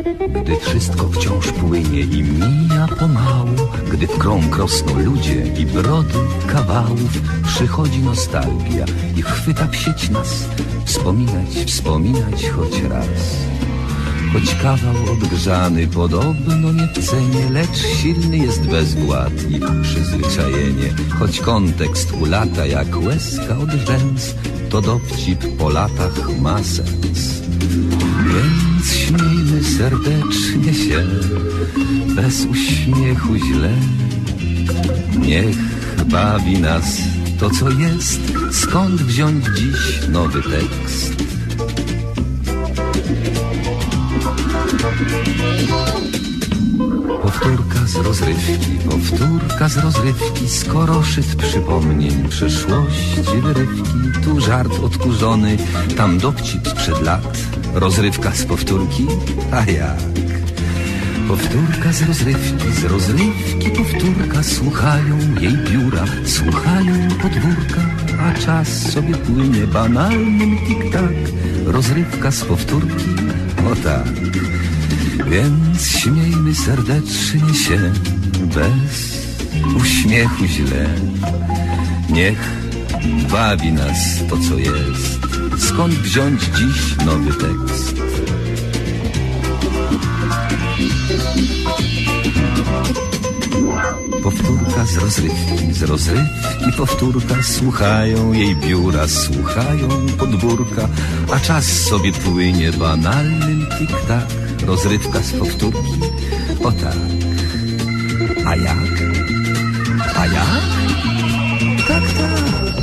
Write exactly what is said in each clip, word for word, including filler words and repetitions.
Gdy wszystko wciąż płynie i mija pomału, gdy w krąg rosną ludzie i brody kawałów, przychodzi nostalgia i chwyta psieć nas, wspominać, wspominać choć raz. Choć kawał odgrzany podobno nie w cenie, lecz silny jest bezwład i przyzwyczajenie. Choć kontekst ulata jak łezka od rzęs, to dowcip po latach ma sens. Więc śmiejmy serdecznie się, bez uśmiechu źle. Niech bawi nas to, co jest, skąd wziąć dziś nowy tekst. Powtórka z rozrywki, powtórka z rozrywki, skoro szyt przypomnień przeszłości wyrywki. Tu żart odkurzony, tam dowcip sprzed lat, rozrywka z powtórki, a jak? Powtórka z rozrywki, z rozrywki powtórka, słuchają jej biura, słuchają podwórka, a czas sobie płynie banalnym tik-tak. Rozrywka z powtórki, o tak. Więc śmiejmy serdecznie się, bez uśmiechu źle. Niech bawi nas to, co jest, skąd wziąć dziś nowy tekst. Powtórka z rozrywki, z rozrywki powtórka, słuchają jej biura, słuchają podwórka, a czas sobie płynie banalnym tik-tak. Rozrywka z powtórki, o tak. A jak? A jak? Tak, tak.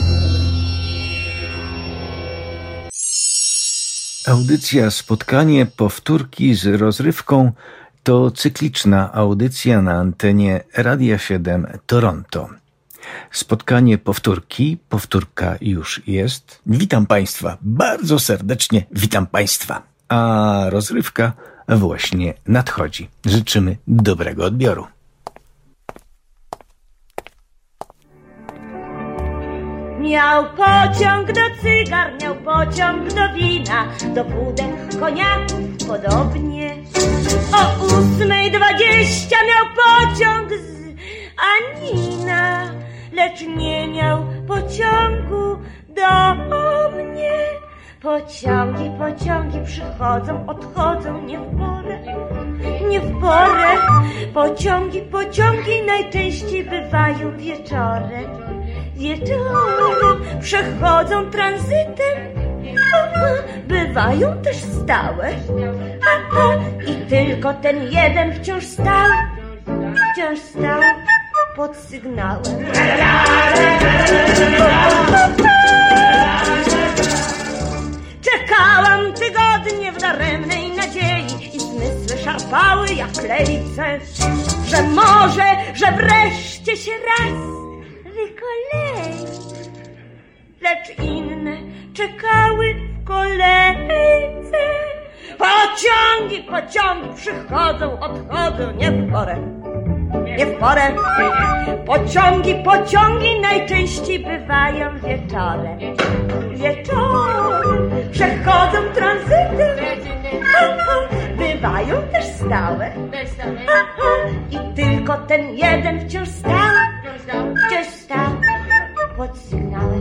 Audycja Spotkanie Powtórki z rozrywką to cykliczna audycja na antenie Radia siedem Toronto. Spotkanie Powtórki, powtórka już jest. Witam Państwa, bardzo serdecznie witam Państwa. A rozrywka właśnie nadchodzi. Życzymy dobrego odbioru. Miał pociąg do cygar, miał pociąg do wina, do wódek, koniaków podobnie. O ósmej dwadzieścia miał pociąg z Anina, lecz nie miał pociągu do mnie. Pociągi, pociągi przychodzą, odchodzą, nie w porę, nie w porę. Pociągi, pociągi najczęściej bywają wieczorem. Wieczorem przechodzą tranzytem, bywają też stałe. I tylko ten jeden wciąż stał, wciąż stał pod sygnałem. Czekałam tygodnie w daremnej nadziei i zmysły szarpały jak lewice, że może, że wreszcie się raz wykolei. Lecz inne czekały w kolejce. Pociągi, pociągi przychodzą, odchodzą, nie w porę, nie w porę. Pociągi, pociągi najczęściej bywają wieczorem. Wieczorem przechodzą tranzytem, bywają też stałe. I tylko ten jeden wciąż stał, wciąż stał pod sygnałem.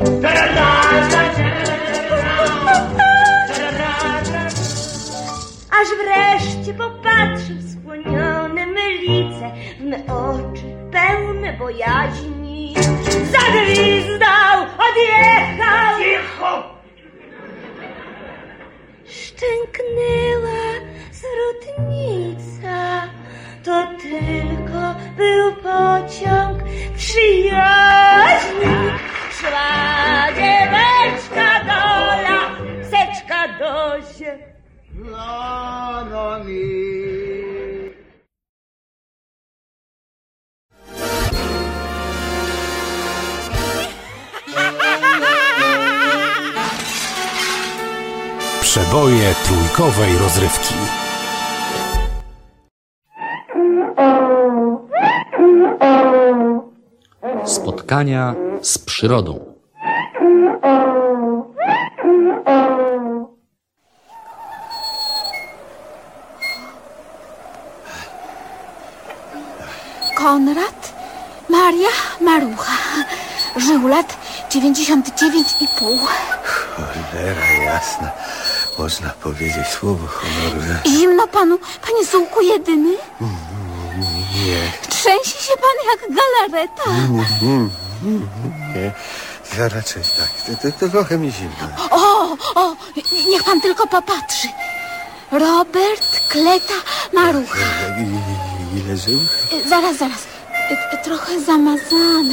Aż wreszcie popatrzył skłoniony me lice w me oczy pełne bojaźni. Zagwizdał, odjechał. Cicho! Szczęknęła zwrotnica. To tylko był pociąg przyjaźni. Szła dzieweczka do laseczka do się. No, no, mi. Przeboje trójkowej rozrywki. Spotkania z przyrodą. Konrad, Maria, Marucha. Żył lat dziewięćdziesiąt dziewięć i pół. Cholera jasna. Można powiedzieć słowo honoru, że... Zimno panu, panie Sułku jedyny? Nie. Trzęsie się pan jak galareta. Nie. Ja raczej tak. To, to, to trochę mi zimno. O, o, niech pan tylko popatrzy. Robert Kleta Marucha. I, ile żył? Zaraz, zaraz. Trochę zamazane.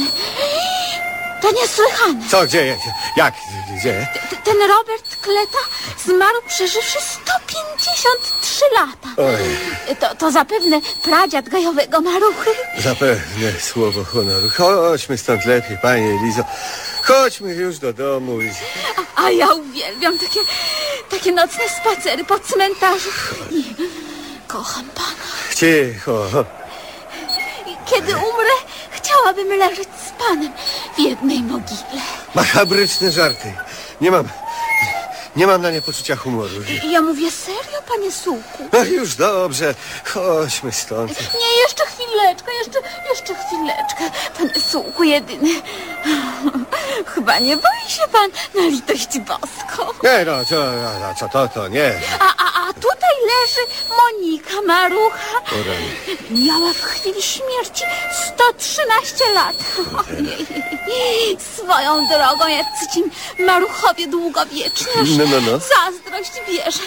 To niesłychane. Co, gdzie? Jak? Gdzie? T- Ten Robert Kleta zmarł przeżywszy sto pięćdziesiąt trzy lata. Oj. To, to zapewne pradziad Gajowego Maruchy. Zapewne słowo honoru. Chodźmy stąd lepiej, pani Elizo. Chodźmy już do domu. A, a ja uwielbiam takie, takie nocne spacery po cmentarzu. I kocham pana. Cicho. Kiedy umrę, chciałabym leżeć z panem w jednej mogile. Makabryczne żarty. Nie mam... Nie mam na nie poczucia humoru. I ja mówię serio, panie Sułku. No już dobrze. Chodźmy stąd. Nie, jeszcze chwileczkę, jeszcze, jeszcze chwileczkę. Panie Sułku jedyny. Chyba nie boi się pan na litość boską. Nie, no, co, no, co to, to nie. A, a, a tutaj leży Monika Marucha. Miała w chwili śmierci sto trzynaście lat. Ojej. Swoją drogą, jacy ci Maruchowie długowieczni. No, no, no. Zazdrość bierze.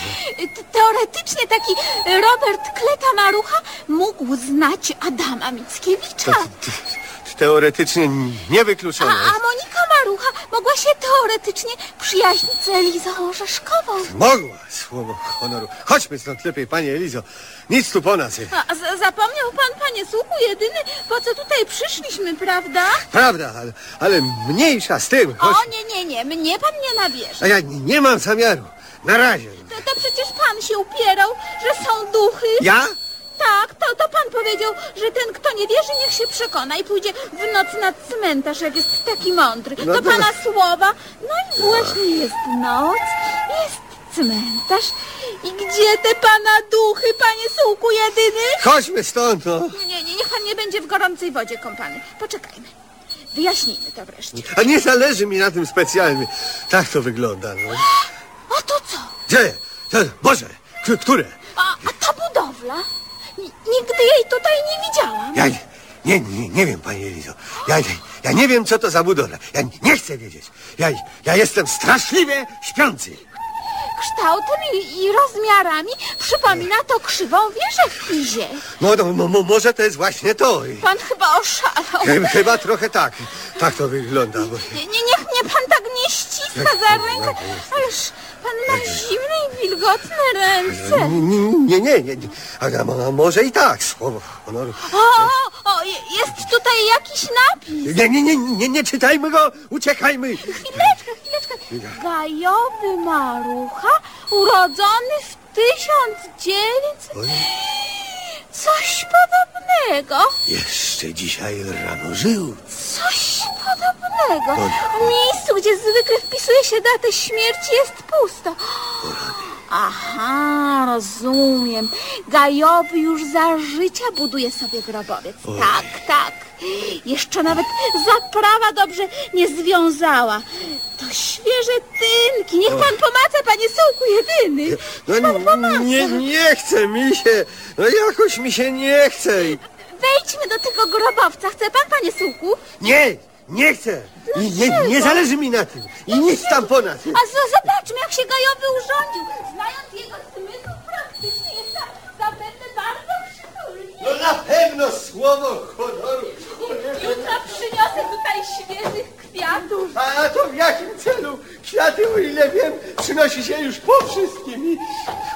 Teoretycznie taki Robert Kleta Marucha mógł znać Adama Mickiewicza. Teoretycznie niewykluczone. A, a Monika Marucha mogła się teoretycznie przyjaźnić z Elizą Orzeszkową. Mogła, słowo honoru. Chodźmy stąd lepiej, pani Elizo. Nic tu po nas. A z- zapomniał pan, panie Sułku jedyny, po co tutaj przyszliśmy, prawda? Prawda, ale, ale mniejsza z tym. Chodź. O, nie, nie, nie, mnie pan nie nabierze. A ja nie, nie mam zamiaru. Na razie. To, to przecież pan się upierał, że są duchy. Ja? Tak, to, to pan powiedział, że ten, kto nie wierzy, niech się przekona i pójdzie w noc na cmentarz, jak jest taki mądry. No to to- pana słowa. No i właśnie jest noc, jest cmentarz. I gdzie te pana duchy, panie Sułku jedyny? Chodźmy stąd, no. Nie, nie, niech pan nie będzie w gorącej wodzie kąpany. Poczekajmy. Wyjaśnijmy to wreszcie. A nie zależy mi na tym specjalnie. Tak to wygląda, no. A to co? Gdzie? Co? Boże, k- które? A, a ta budowla? N- nigdy jej tutaj nie widziałam. Ja nie, nie, nie wiem, pani Elizo. Ja, ja nie wiem, co to za budowla. Ja nie chcę wiedzieć. Ja, ja jestem straszliwie śpiący. Kształtem i, i rozmiarami przypomina to krzywą wieżę w Pizie. No, no, no mo- może to jest właśnie to. Pan chyba oszalał. Chy- Chyba trochę tak. Tak to wygląda. Bo... Nie, nie, niech mnie pan tak nie ściska za rękę. Ależ pan ma zimne i wilgotne ręce. Nie, nie, nie. nie. A, a, a może i tak, słowo honoru. O, o, o, je- jest tutaj jakiś napis. Nie, nie, nie, nie, nie czytajmy go, uciekajmy. Chwileczkę, chwileczkę. Gajowy Marucha, urodzony w tysiąc dziewięćset... Coś podobnego. Jeszcze dzisiaj rano żył. Coś podobnego. W miejscu, gdzie zwykle wpisuje się datę śmierci, jest pusto. Aha, rozumiem. Gajowy już za życia buduje sobie grobowiec. Tak, tak. Jeszcze nawet zaprawa dobrze nie związała. To świeże tynki. Niech pan pomaca, panie Sułku jedyny. No nie, nie chce mi się. No jakoś mi się nie chce. Wejdźmy do tego grobowca. Chce pan, panie Sułku? Nie, nie chcę. Nie, nie, nie zależy mi na tym. I nic tam po nas. A z- zobaczmy, jak się Gajowy urządził. Znając jego zmysł praktyczny, jest za- zapewne bardzo przychylnie. No na pewno słowo honoru. Jutro przyniosę tutaj świeżych kwiatów. A to w jakim celu? Kwiaty, o ile wiem, przynosi się już po wszystkim. I...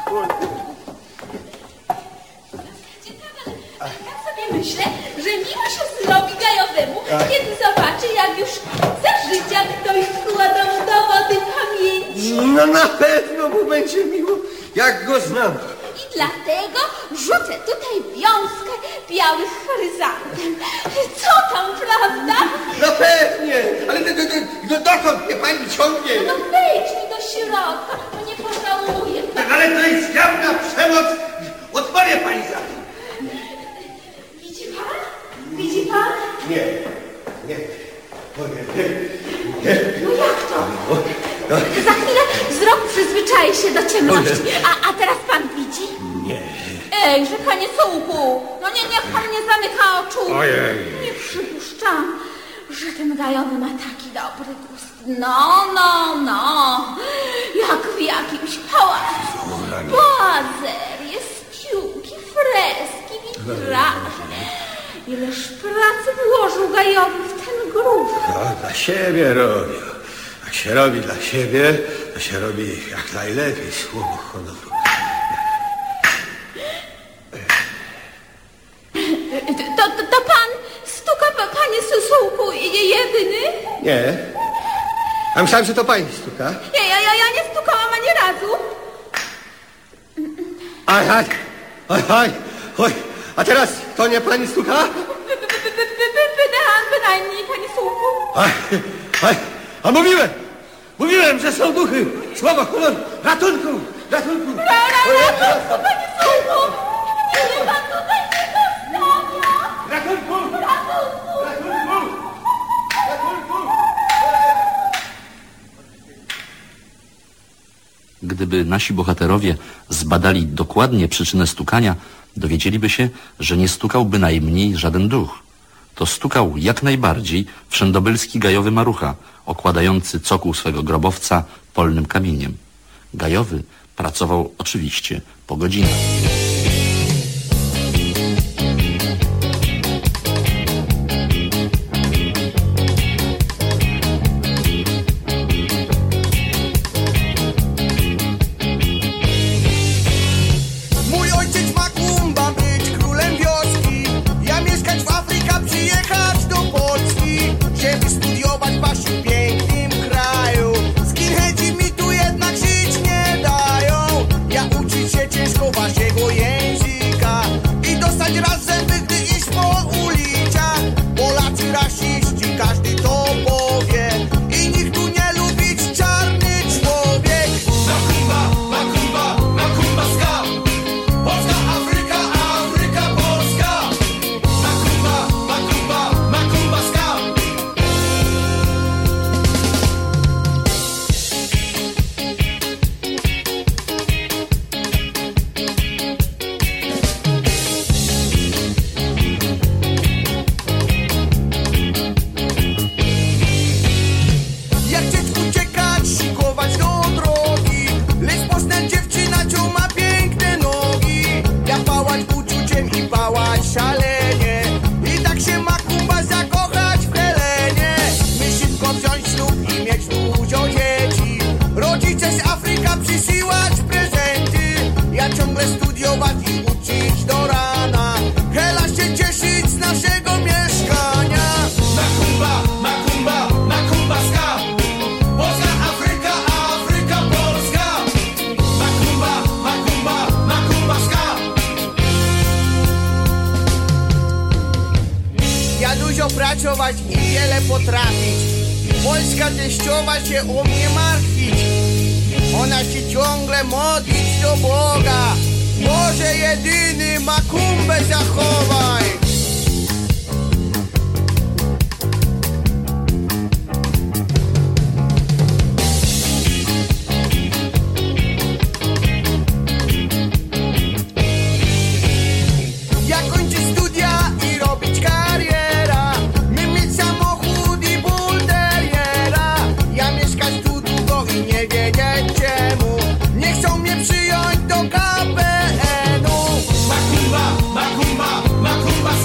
Ciekawe, ja sobie myślę, że miło się zrobi Gajowemu, kiedy zobaczy, jak już za życia ktoś składał dowody pamięci. No na pewno mu będzie miło, jak go znam. I dlatego rzucę tutaj wiązkę białych chryzantem. Co tam, prawda? No pewnie, ale do, do, do, do, dokąd mnie pani ciągnie? No wejdź mi do środka, bo nie pożałuję. Ale to jest jawna przemoc. Otworzę pani za to. Widzi pan? Nie, nie, nie, nie. No jak to? Za chwilę wzrok przyzwyczai się do ciemności. A, a teraz pan widzi? Nie. Ejże, panie Sułku, no nie, niech pan nie zamyka oczu. Ojej. Nie przypuszczam, że ten gajowy ma taki dobry gust. No, no, no, jak w jakimś pałacu. Płazerie, spiółki, freski, witraże. Ileż pracy włożył gajowy w ten grób. No, dla siebie robił. Jak się robi dla siebie, to się robi jak najlepiej, słowo honoru. To, to, to pan stuka, panie Susułku, jedyny? Nie. A myślałem, że to pani stuka. Nie, ja, ja, ja nie stukałam ani razu. Aj, aj, aj, aj, oj. A teraz to nie pani stuka? Bynajmniej, panie Sułku. Aj, aj, a mówiłem, mówiłem, że są duchy. Słowo honoru, ratunku, ratunku. Ratunku, panie Sułku. Nie pan tutaj nie dostawia. Ratunku, Ratunku. ratunku, ratunku. Gdyby nasi bohaterowie zbadali dokładnie przyczynę stukania, dowiedzieliby się, że nie stukał bynajmniej żaden duch. To stukał jak najbardziej wszędobylski gajowy marucha, okładający cokół swego grobowca polnym kamieniem. Gajowy pracował oczywiście po godzinach. pracować i wiele potrafić. Polska teściowa się o mnie martwić. Ona się ciągle modlić do Boga. Boże jedyny, Makumbę zachowaj. Macumba, Macumba, Macumba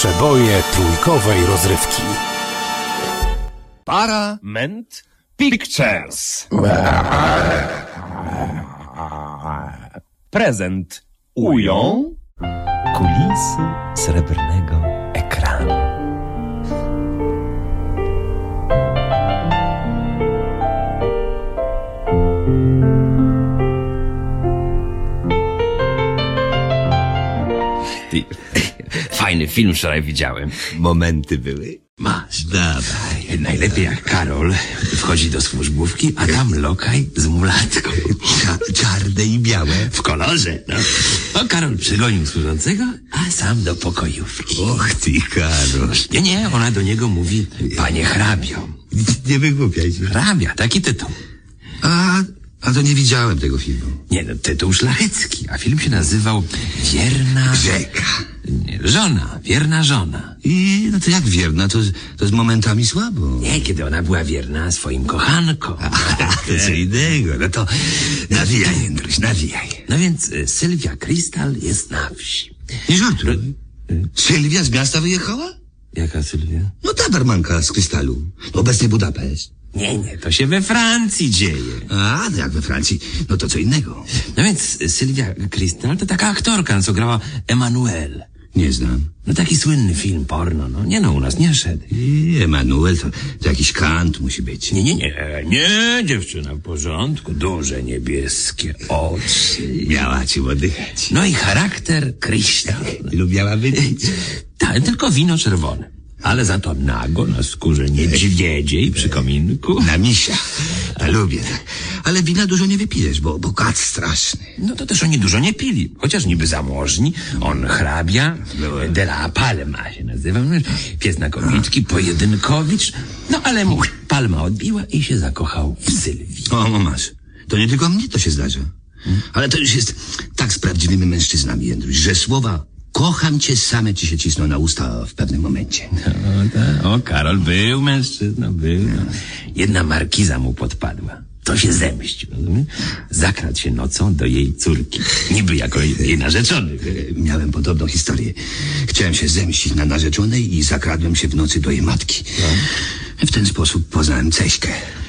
Przeboje trójkowej rozrywki. Paramount Pictures prezentują Kulisy srebrnego ekranu. Fajny film wczoraj widziałem. Momenty były? Masz. Dawaj. Najlepiej jak Karol wchodzi do służbówki, a tam lokaj z mulatką. Cza- czarne i białe. W kolorze, no. O, Karol przygonił służącego, a sam do pokojówki. Och ty, Karol. Nie, nie, ona do niego mówi, panie hrabio. Nie wygłupiaj się. Hrabia, taki tytuł. A, a to nie widziałem tego filmu. Nie, no, tytuł szlachecki, a film się nazywał Wierna... Rzeka. Nie, żona, wierna żona. I no to jak wierna, to, to z momentami słabo. Nie, kiedy ona była wierna swoim kochankom. A, to co innego. No to nawijaj, Jędruś, nawijaj. No więc y, Sylwia Krystal jest na wsi. Nie żartuj. Sylwia z miasta wyjechała? Jaka Sylwia? No ta barmanka z Krystalu. Obecnie Budapeszt. Nie, nie, to się we Francji dzieje. A, no jak we Francji, no to co innego. No więc y, Sylwia Krystal to taka aktorka, co grała Emanuelle. Nie znam. No taki słynny film porno, no. Nie no, u nas nie szedł. I Emanuel to, to jakiś kant musi być. Nie, nie, nie, nie, dziewczyna w porządku. Duże niebieskie oczy. Miała ci oddychać. No i charakter Krystal. Lubiała wypić. Tak, tylko wino czerwone. Ale za to nago na skórze niedźwiedziej przy kominku. Na misia. Ja lubię tak. Ale wina dużo nie wypijesz, bo, bo kat straszny. No to też oni dużo nie pili. Chociaż niby zamożni. On hrabia de la Palma się nazywa. Pies na kobiczki, pojedynkowicz. No ale mu palma odbiła i się zakochał w Sylwii. O, no masz. To nie tylko mnie to się zdarza. Hmm? Ale to już jest tak z prawdziwymi mężczyznami, Jędruś, że słowa kocham cię same ci się cisną na usta w pewnym momencie. No, tak. O, Karol był mężczyzną, był. No. Jedna markiza mu podpadła. To się zemścił. Rozumiem? Zakradł się nocą do jej córki. Niby jako jej narzeczony. Miałem podobną historię. Chciałem się zemścić na narzeczonej i zakradłem się w nocy do jej matki. No. W ten sposób poznałem Ceśkę.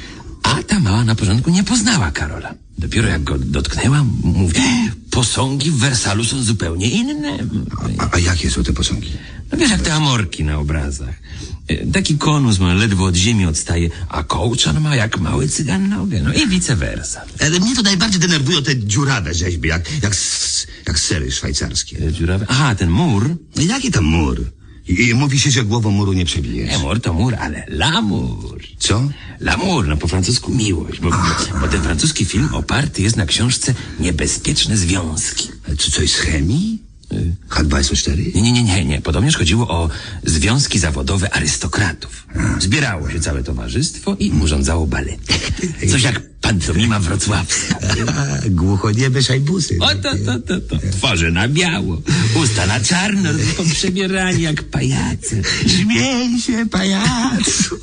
A ta mała na początku nie poznała Karola. Dopiero jak go dotknęła, mówi, posągi w Wersalu są zupełnie inne. A, a jakie są te posągi? No wiesz, jak te amorki na obrazach. Taki konus ma ledwo od ziemi odstaje, a kołczan ma jak mały cygan nogę. No i vice versa. Ale mnie to najbardziej denerwują te dziurawe rzeźby, jak, jak, jak sery szwajcarskie. Dziurawe? Aha, ten mur? Jaki tam mur? I, I mówi się, że głową muru nie przebijesz. Nie, mur to mur, ale l'amour. Co? L'amour, no po francusku miłość, bo, bo ten francuski film oparty jest na książce Niebezpieczne związki. Czy coś z chemii? H dwadzieścia cztery? Nie, nie, nie, nie, nie. Podobnież chodziło o związki zawodowe arystokratów. Zbierało się całe towarzystwo i urządzało balety. Coś jak pantomima wrocławska. Głuchoniebe szajbusy. O, to, to, to, to. Twarze na biało, usta na czarno, poprzebierani jak pajace. Śmiej się, pajacu.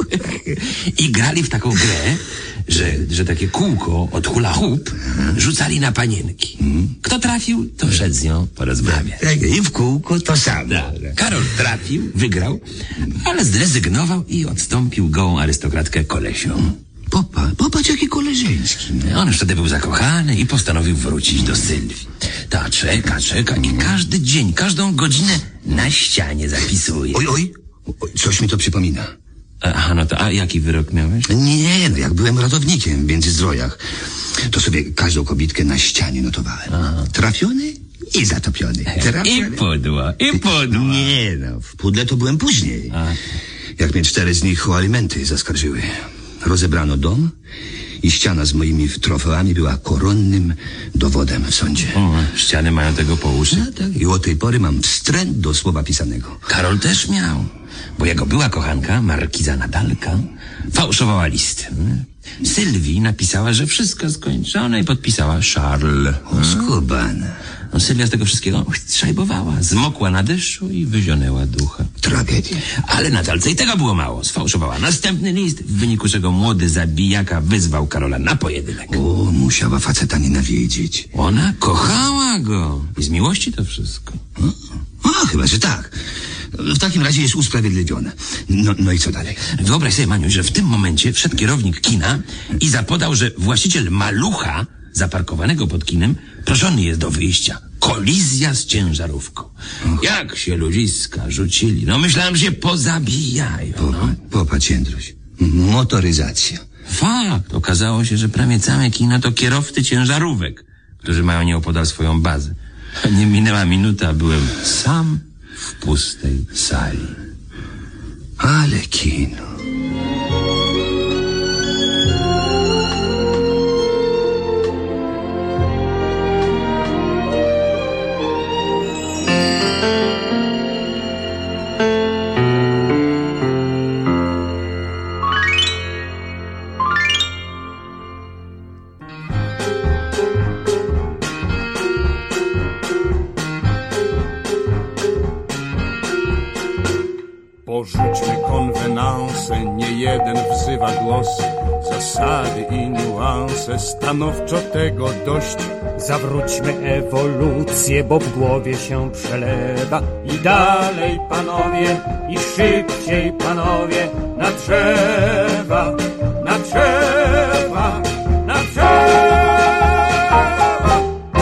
I grali w taką grę, że, że takie kółko od hula hoop rzucali na panienki. Kto trafił, to szedł z nią porozmawiać. I w kółko to samo. Karol trafił, wygrał, ale zrezygnował i odstąpił gołą arystokratkę kolesią. Popa, popatrz jaki koleżeński. On wtedy był zakochany i postanowił wrócić do Sylwii. Ta czeka, czeka i każdy dzień, każdą godzinę na ścianie zapisuje. Oj, oj, oj coś mi to przypomina. Aha, no to a jaki wyrok miałeś? Nie, no jak byłem ratownikiem w Międzyzdrojach, to sobie każdą kobitkę na ścianie notowałem. Aha. Trafiony i zatopiony. Trafiony. I pudło, i pudło. Nie no, w pudle to byłem później. A. Jak mnie cztery z nich o alimenty zaskarżyły. Rozebrano dom i ściana z moimi trofeami była koronnym dowodem w sądzie. O, ściany mają tego po uszy. No, tak. I od tej pory mam wstręt do słowa pisanego. Karol też miał, bo jego była kochanka, markiza Natalka, fałszowała listy. Sylwii napisała, że wszystko skończone i podpisała Charles. O, skubana. No, Sylwia z tego wszystkiego szajbowała, zmokła na deszczu i wyzionęła ducha. Tragedia. Ale Natalce i tego było mało. Sfałszowała następny list, w wyniku czego młody zabijaka wyzwał Karola na pojedynek. O, musiała faceta nienawidzić. Ona kochała go. I z miłości to wszystko. O, o chyba, że tak. W takim razie jest usprawiedliwione. No, no i co dalej? Wyobraź sobie, Maniu, że w tym momencie wszedł kierownik kina i zapodał, że właściciel malucha zaparkowanego pod kinem proszony jest do wyjścia. Kolizja z ciężarówką. Jak się ludziska rzucili. No myślałem, że się pozabijają. Popa, no. Popatrz, Jędruś. Motoryzacja. Fakt. Okazało się, że prawie całe kino to kierowcy ciężarówek, którzy mają nieopodal swoją bazę. Nie minęła minuta, a byłem sam w pustej sali. Ale kino. Porzućmy konwenanse, nie jeden wzywa głos. Zasady i niuanse, stanowczo tego dość. Zawróćmy ewolucję, bo w głowie się przelewa. I dalej, panowie, i szybciej, panowie, na drzewa, na drzewa, na drzewa.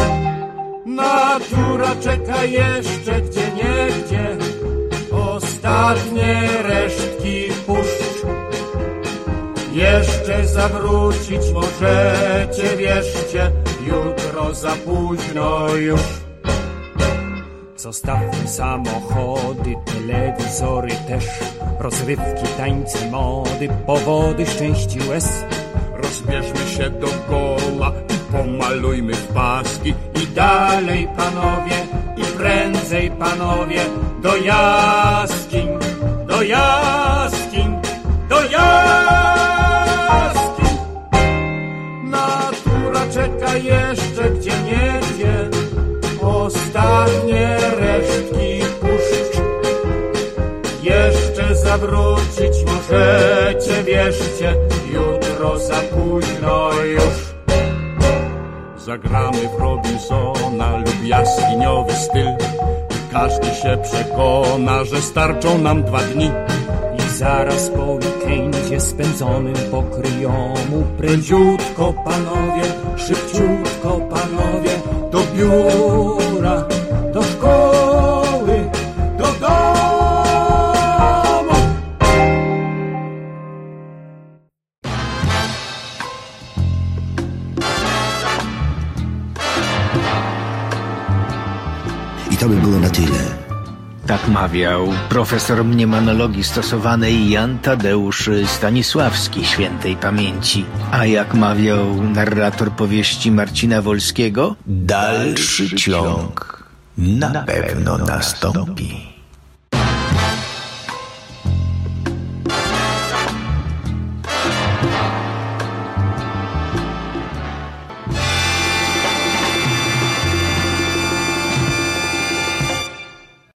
Natura czeka jeszcze gdzie niegdzie. Ostatnie resztki puszcz. Jeszcze zawrócić możecie, wierzcie, jutro za późno już. Zostawmy samochody, telewizory też, rozrywki, tańce, mody, powody szczęści łez. Rozbierzmy się do gola i pomalujmy w paski. I dalej, panowie, i prędzej, panowie, do jaskiń, do jaskiń, do jaskiń. Natura czeka jeszcze gdzie niegdzie. Ostatnie resztki puszcz. Jeszcze zawrócić możecie, wierzcie, jutro za późno już. Zagramy w Robinsona lub jaskiniowy styl. Każdy się przekona, że starczą nam dwa dni. I zaraz po weekendzie spędzonym pokryjomu prędziutko, panowie, szybciutko, panowie, do biura, do szkoły, do domu. I to by było na tyle. Tak mawiał profesor mnemonologii stosowanej Jan Tadeusz Stanisławski świętej pamięci. A jak mawiał narrator powieści Marcina Wolskiego, dalszy ciąg na pewno nastąpi.